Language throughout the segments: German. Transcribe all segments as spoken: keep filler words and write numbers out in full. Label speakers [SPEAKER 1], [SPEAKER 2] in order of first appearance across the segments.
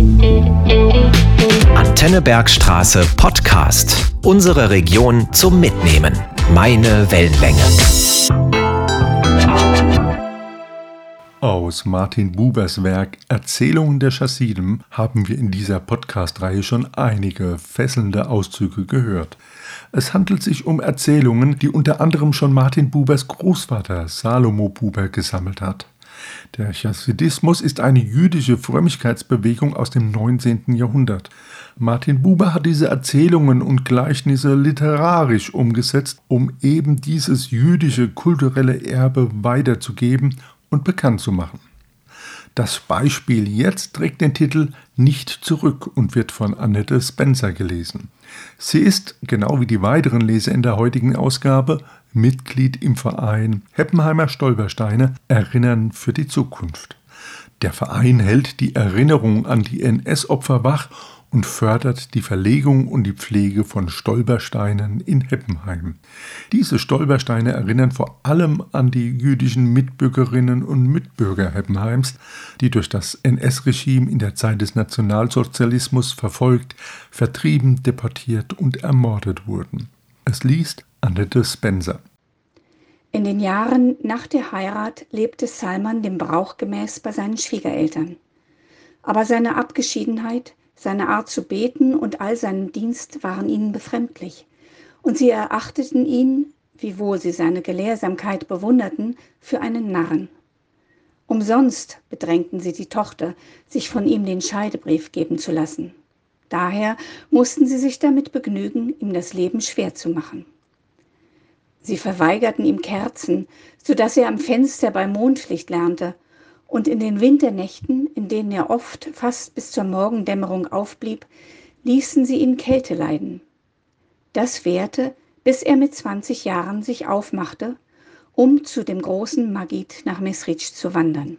[SPEAKER 1] Antenne Bergstraße Podcast. Unsere Region zum Mitnehmen. Meine Wellenlänge.
[SPEAKER 2] Aus Martin Bubers Werk Erzählungen der Chassidim haben wir in dieser Podcast-Reihe schon einige fesselnde Auszüge gehört. Es handelt sich um Erzählungen, die unter anderem schon Martin Bubers Großvater Salomo Buber gesammelt hat. Der Chassidismus ist eine jüdische Frömmigkeitsbewegung aus dem neunzehnten Jahrhundert. Martin Buber hat diese Erzählungen und Gleichnisse literarisch umgesetzt, um eben dieses jüdische kulturelle Erbe weiterzugeben und bekannt zu machen. Das Beispiel jetzt trägt den Titel »Nicht zurück« und wird von Annette Spencer gelesen. Sie ist, genau wie die weiteren Leser in der heutigen Ausgabe, Mitglied im Verein Heppenheimer Stolpersteine Erinnern für die Zukunft. Der Verein hält die Erinnerung an die N S-Opfer wach und fördert die Verlegung und die Pflege von Stolpersteinen in Heppenheim. Diese Stolpersteine erinnern vor allem an die jüdischen Mitbürgerinnen und Mitbürger Heppenheims, die durch das N S-Regime in der Zeit des Nationalsozialismus verfolgt, vertrieben, deportiert und ermordet wurden. Es liest Annette Spencer.
[SPEAKER 3] In den Jahren nach der Heirat lebte Salman dem Brauch gemäß bei seinen Schwiegereltern. Aber seine Abgeschiedenheit, seine Art zu beten und all seinen Dienst waren ihnen befremdlich, und sie erachteten ihn, wiewohl sie seine Gelehrsamkeit bewunderten, für einen Narren. Umsonst bedrängten sie die Tochter, sich von ihm den Scheidebrief geben zu lassen. Daher mussten sie sich damit begnügen, ihm das Leben schwer zu machen. Sie verweigerten ihm Kerzen, so dass er am Fenster bei Mondlicht lernte, und in den Winternächten, in denen er oft fast bis zur Morgendämmerung aufblieb, ließen sie ihn Kälte leiden. Das währte, bis er mit zwanzig Jahren sich aufmachte, um zu dem großen Maggid nach Mesrich zu wandern.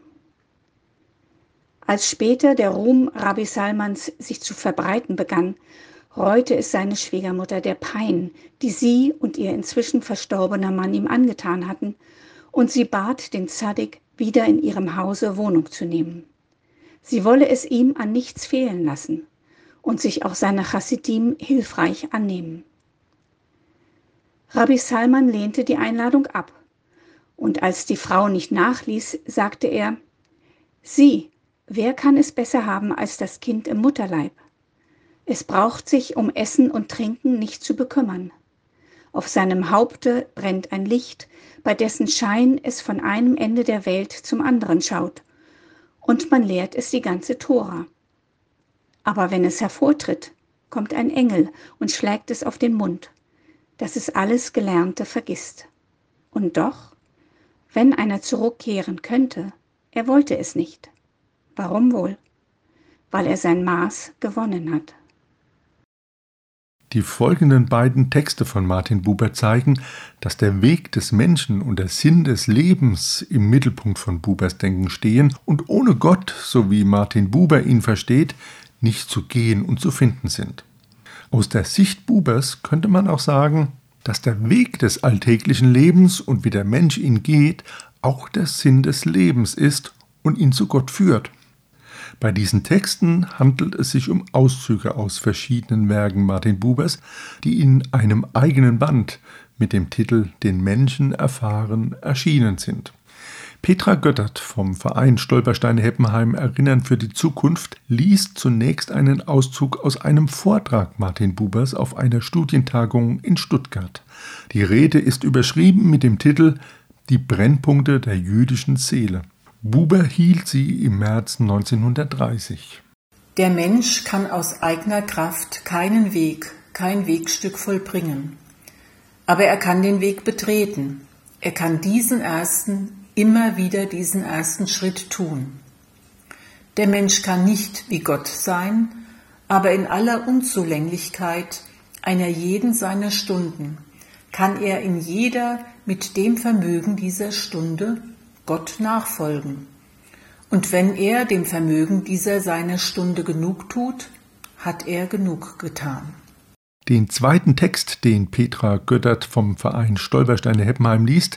[SPEAKER 3] Als später der Ruhm Rabbi Salmans sich zu verbreiten begann, reute es seine Schwiegermutter der Pein, die sie und ihr inzwischen verstorbener Mann ihm angetan hatten, und sie bat den Zadik, wieder in ihrem Hause Wohnung zu nehmen. Sie wolle es ihm an nichts fehlen lassen und sich auch seiner Chassidim hilfreich annehmen. Rabbi Salman lehnte die Einladung ab, und als die Frau nicht nachließ, sagte er: »Sieh, wer kann es besser haben als das Kind im Mutterleib? Es braucht sich um Essen und Trinken nicht zu bekümmern. Auf seinem Haupte brennt ein Licht, bei dessen Schein es von einem Ende der Welt zum anderen schaut, und man lehrt es die ganze Tora. Aber wenn es hervortritt, kommt ein Engel und schlägt es auf den Mund, dass es alles Gelernte vergisst. Und doch, wenn einer zurückkehren könnte, er wollte es nicht. Warum wohl? Weil er sein Maß gewonnen hat.«
[SPEAKER 2] Die folgenden beiden Texte von Martin Buber zeigen, dass der Weg des Menschen und der Sinn des Lebens im Mittelpunkt von Bubers Denken stehen und ohne Gott, so wie Martin Buber ihn versteht, nicht zu gehen und zu finden sind. Aus der Sicht Bubers könnte man auch sagen, dass der Weg des alltäglichen Lebens und wie der Mensch ihn geht, auch der Sinn des Lebens ist und ihn zu Gott führt. Bei diesen Texten handelt es sich um Auszüge aus verschiedenen Werken Martin Bubers, die in einem eigenen Band mit dem Titel »Den Menschen erfahren« erschienen sind. Petra Göttert vom Verein Stolpersteine Heppenheim Erinnern für die Zukunft liest zunächst einen Auszug aus einem Vortrag Martin Bubers auf einer Studientagung in Stuttgart. Die Rede ist überschrieben mit dem Titel »Die Brennpunkte der jüdischen Seele«. Buber hielt sie im März neunzehnhundertdreißig.
[SPEAKER 4] Der Mensch kann aus eigener Kraft keinen Weg, kein Wegstück vollbringen. Aber er kann den Weg betreten. Er kann diesen ersten, immer wieder diesen ersten Schritt tun. Der Mensch kann nicht wie Gott sein, aber in aller Unzulänglichkeit einer jeden seiner Stunden kann er in jeder mit dem Vermögen dieser Stunde Gott nachfolgen. Und wenn er dem Vermögen dieser seiner Stunde genug tut, hat er genug getan.
[SPEAKER 2] Den zweiten Text, den Petra Göttert vom Verein Stolpersteine Heppenheim liest,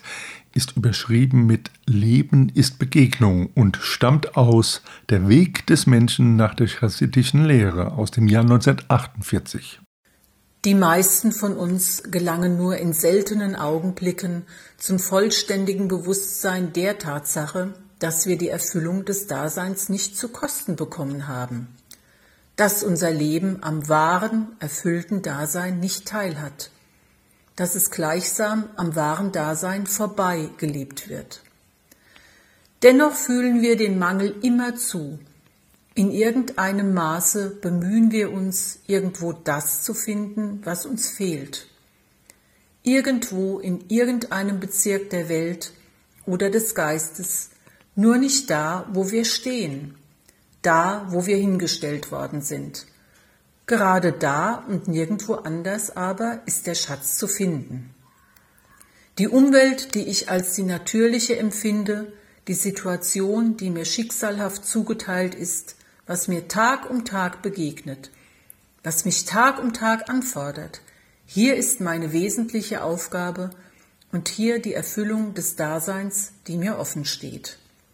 [SPEAKER 2] ist überschrieben mit Leben ist Begegnung und stammt aus Der Weg des Menschen nach der chassidischen Lehre aus dem Jahr neunzehnhundertachtundvierzig.
[SPEAKER 4] Die meisten von uns gelangen nur in seltenen Augenblicken zum vollständigen Bewusstsein der Tatsache, dass wir die Erfüllung des Daseins nicht zu Kosten bekommen haben, dass unser Leben am wahren, erfüllten Dasein nicht teilhat, dass es gleichsam am wahren Dasein vorbei gelebt wird. Dennoch fühlen wir den Mangel immer zu. In irgendeinem Maße bemühen wir uns, irgendwo das zu finden, was uns fehlt. Irgendwo in irgendeinem Bezirk der Welt oder des Geistes, nur nicht da, wo wir stehen, da, wo wir hingestellt worden sind. Gerade da und nirgendwo anders aber ist der Schatz zu finden. Die Umwelt, die ich als die natürliche empfinde, die Situation, die mir schicksalhaft zugeteilt ist, was mir Tag um Tag begegnet, was mich Tag um Tag anfordert. Hier ist meine wesentliche Aufgabe und hier die Erfüllung des Daseins, die mir offen steht.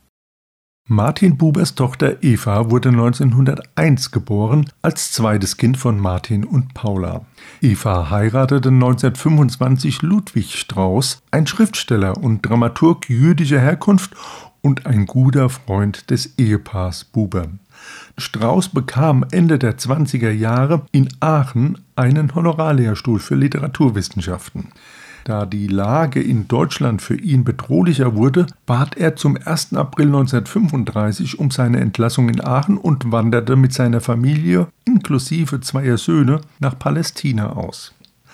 [SPEAKER 2] Martin Bubers Tochter Eva wurde neunzehnhunderteins geboren, als zweites Kind von Martin und Paula. Eva heiratete neunzehnhundertfünfundzwanzig Ludwig Strauß, ein Schriftsteller und Dramaturg jüdischer Herkunft und ein guter Freund des Ehepaars Buber. Strauß bekam Ende der zwanziger Jahre in Aachen einen Honorarlehrstuhl für Literaturwissenschaften. Da die Lage in Deutschland für ihn bedrohlicher wurde, bat er zum ersten April neunzehnhundertfünfunddreißig um seine Entlassung in Aachen und wanderte mit seiner Familie inklusive zweier Söhne nach Palästina aus.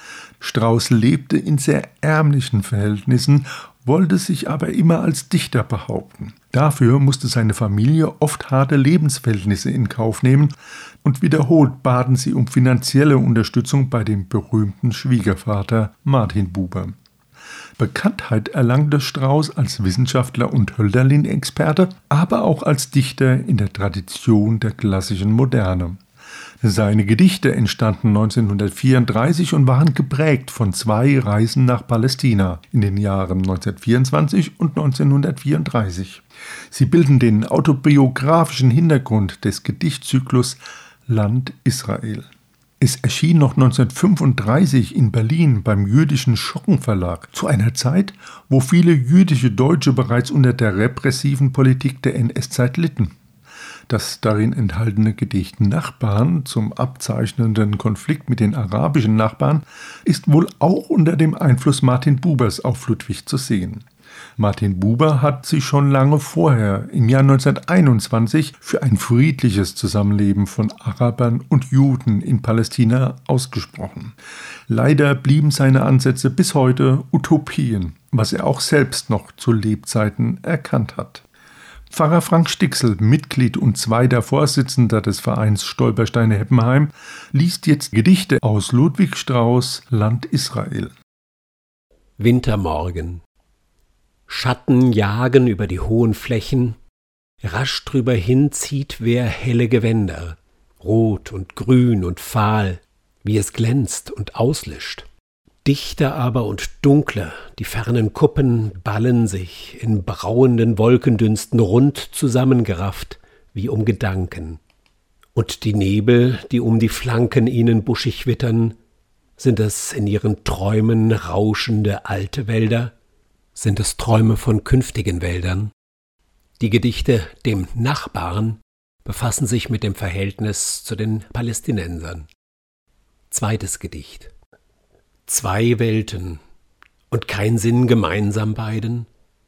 [SPEAKER 2] Strauß lebte in sehr ärmlichen Verhältnissen, wollte sich aber immer als Dichter behaupten. Dafür musste seine Familie oft harte Lebensverhältnisse in Kauf nehmen und wiederholt baten sie um finanzielle Unterstützung bei dem berühmten Schwiegervater Martin Buber. Bekanntheit erlangte Strauß als Wissenschaftler und Hölderlin-Experte, aber auch als Dichter in der Tradition der klassischen Moderne. Seine Gedichte entstanden neunzehnhundertvierunddreißig und waren geprägt von zwei Reisen nach Palästina in den Jahren neunzehnhundertvierundzwanzig und neunzehnhundertvierunddreißig. Sie bilden den autobiografischen Hintergrund des Gedichtzyklus Land Israel. Es erschien noch neunzehnhundertfünfunddreißig in Berlin beim jüdischen Schocken Verlag, zu einer Zeit, wo viele jüdische Deutsche bereits unter der repressiven Politik der N S-Zeit litten. Das darin enthaltene Gedicht Nachbarn zum abzeichnenden Konflikt mit den arabischen Nachbarn ist wohl auch unter dem Einfluss Martin Bubers auf Ludwig zu sehen. Martin Buber hat sich schon lange vorher, im Jahr neunzehnhunderteinundzwanzig, für ein friedliches Zusammenleben von Arabern und Juden in Palästina ausgesprochen. Leider blieben seine Ansätze bis heute Utopien, was er auch selbst noch zu Lebzeiten erkannt hat. Pfarrer Frank Stixl, Mitglied und zweiter Vorsitzender des Vereins Stolpersteine-Heppenheim, liest jetzt Gedichte aus Ludwig Strauß' Land Israel.
[SPEAKER 5] Wintermorgen. Schatten jagen über die hohen Flächen, rasch drüber hin zieht wer helle Gewänder, rot und grün und fahl, wie es glänzt und auslischt. Dichter aber und dunkler, die fernen Kuppen ballen sich in brauenden Wolkendünsten rund zusammengerafft, wie um Gedanken. Und die Nebel, die um die Flanken ihnen buschig wittern, sind es in ihren Träumen rauschende alte Wälder? Sind es Träume von künftigen Wäldern? Die Gedichte Dem Nachbarn befassen sich mit dem Verhältnis zu den Palästinensern. Zweites Gedicht. Zwei Welten und kein Sinn gemeinsam beiden?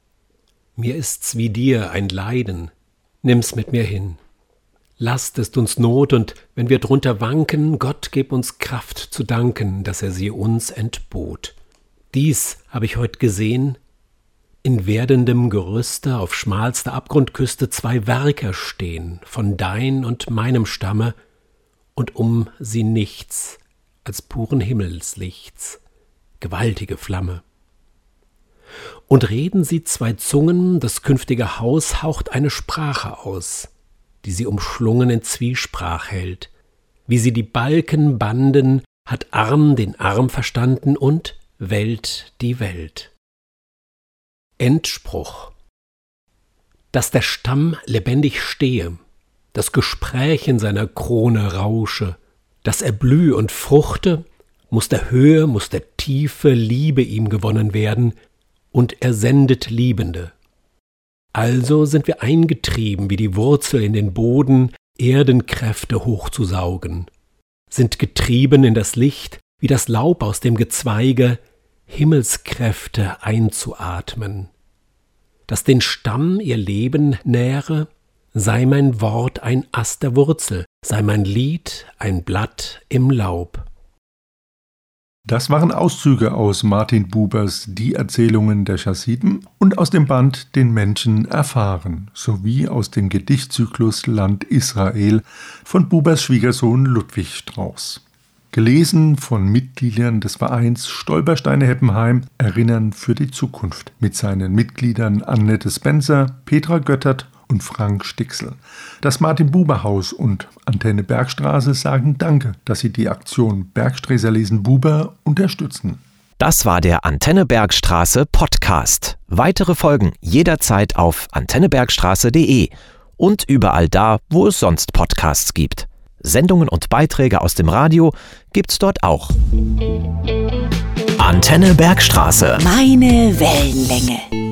[SPEAKER 5] Mir ist's wie dir ein Leiden, nimm's mit mir hin. Last ist uns Not und wenn wir drunter wanken, Gott gib uns Kraft zu danken, dass er sie uns entbot. Dies hab ich heut gesehen, in werdendem Gerüste auf schmalster Abgrundküste zwei Werker stehen, von dein und meinem Stamme, und um sie nichts als puren Himmelslichts, gewaltige Flamme. Und reden sie zwei Zungen, das künftige Haus haucht eine Sprache aus, die sie umschlungen in Zwiesprach hält. Wie sie die Balken banden, hat Arm den Arm verstanden und Welt die Welt. Endspruch. Dass der Stamm lebendig stehe, das Gespräch in seiner Krone rausche, dass er blühe und fruchte, muß der Höhe, muß der Tiefe Liebe ihm gewonnen werden, und er sendet Liebende. Also sind wir eingetrieben, wie die Wurzel in den Boden, Erdenkräfte hochzusaugen, sind getrieben in das Licht, wie das Laub aus dem Gezweige, Himmelskräfte einzuatmen. Dass den Stamm ihr Leben nähre, sei mein Wort ein Ast der Wurzel, sei mein Lied ein Blatt im Laub.
[SPEAKER 2] Das waren Auszüge aus Martin Bubers Die Erzählungen der Chassiden und aus dem Band Den Menschen erfahren, sowie aus dem Gedichtzyklus Land Israel von Bubers Schwiegersohn Ludwig Strauß. Gelesen von Mitgliedern des Vereins Stolpersteine-Heppenheim Erinnern für die Zukunft mit seinen Mitgliedern Annette Spencer, Petra Göttert und Frank Stixl. Das Martin-Buber-Haus und Antenne Bergstraße sagen Danke, dass sie die Aktion Bergsträßer lesen Buber unterstützen.
[SPEAKER 1] Das war der Antenne Bergstraße Podcast. Weitere Folgen jederzeit auf antennebergstraße punkt de und überall da, wo es sonst Podcasts gibt. Sendungen und Beiträge aus dem Radio gibt's dort auch. Antenne Bergstraße.
[SPEAKER 6] Meine Wellenlänge.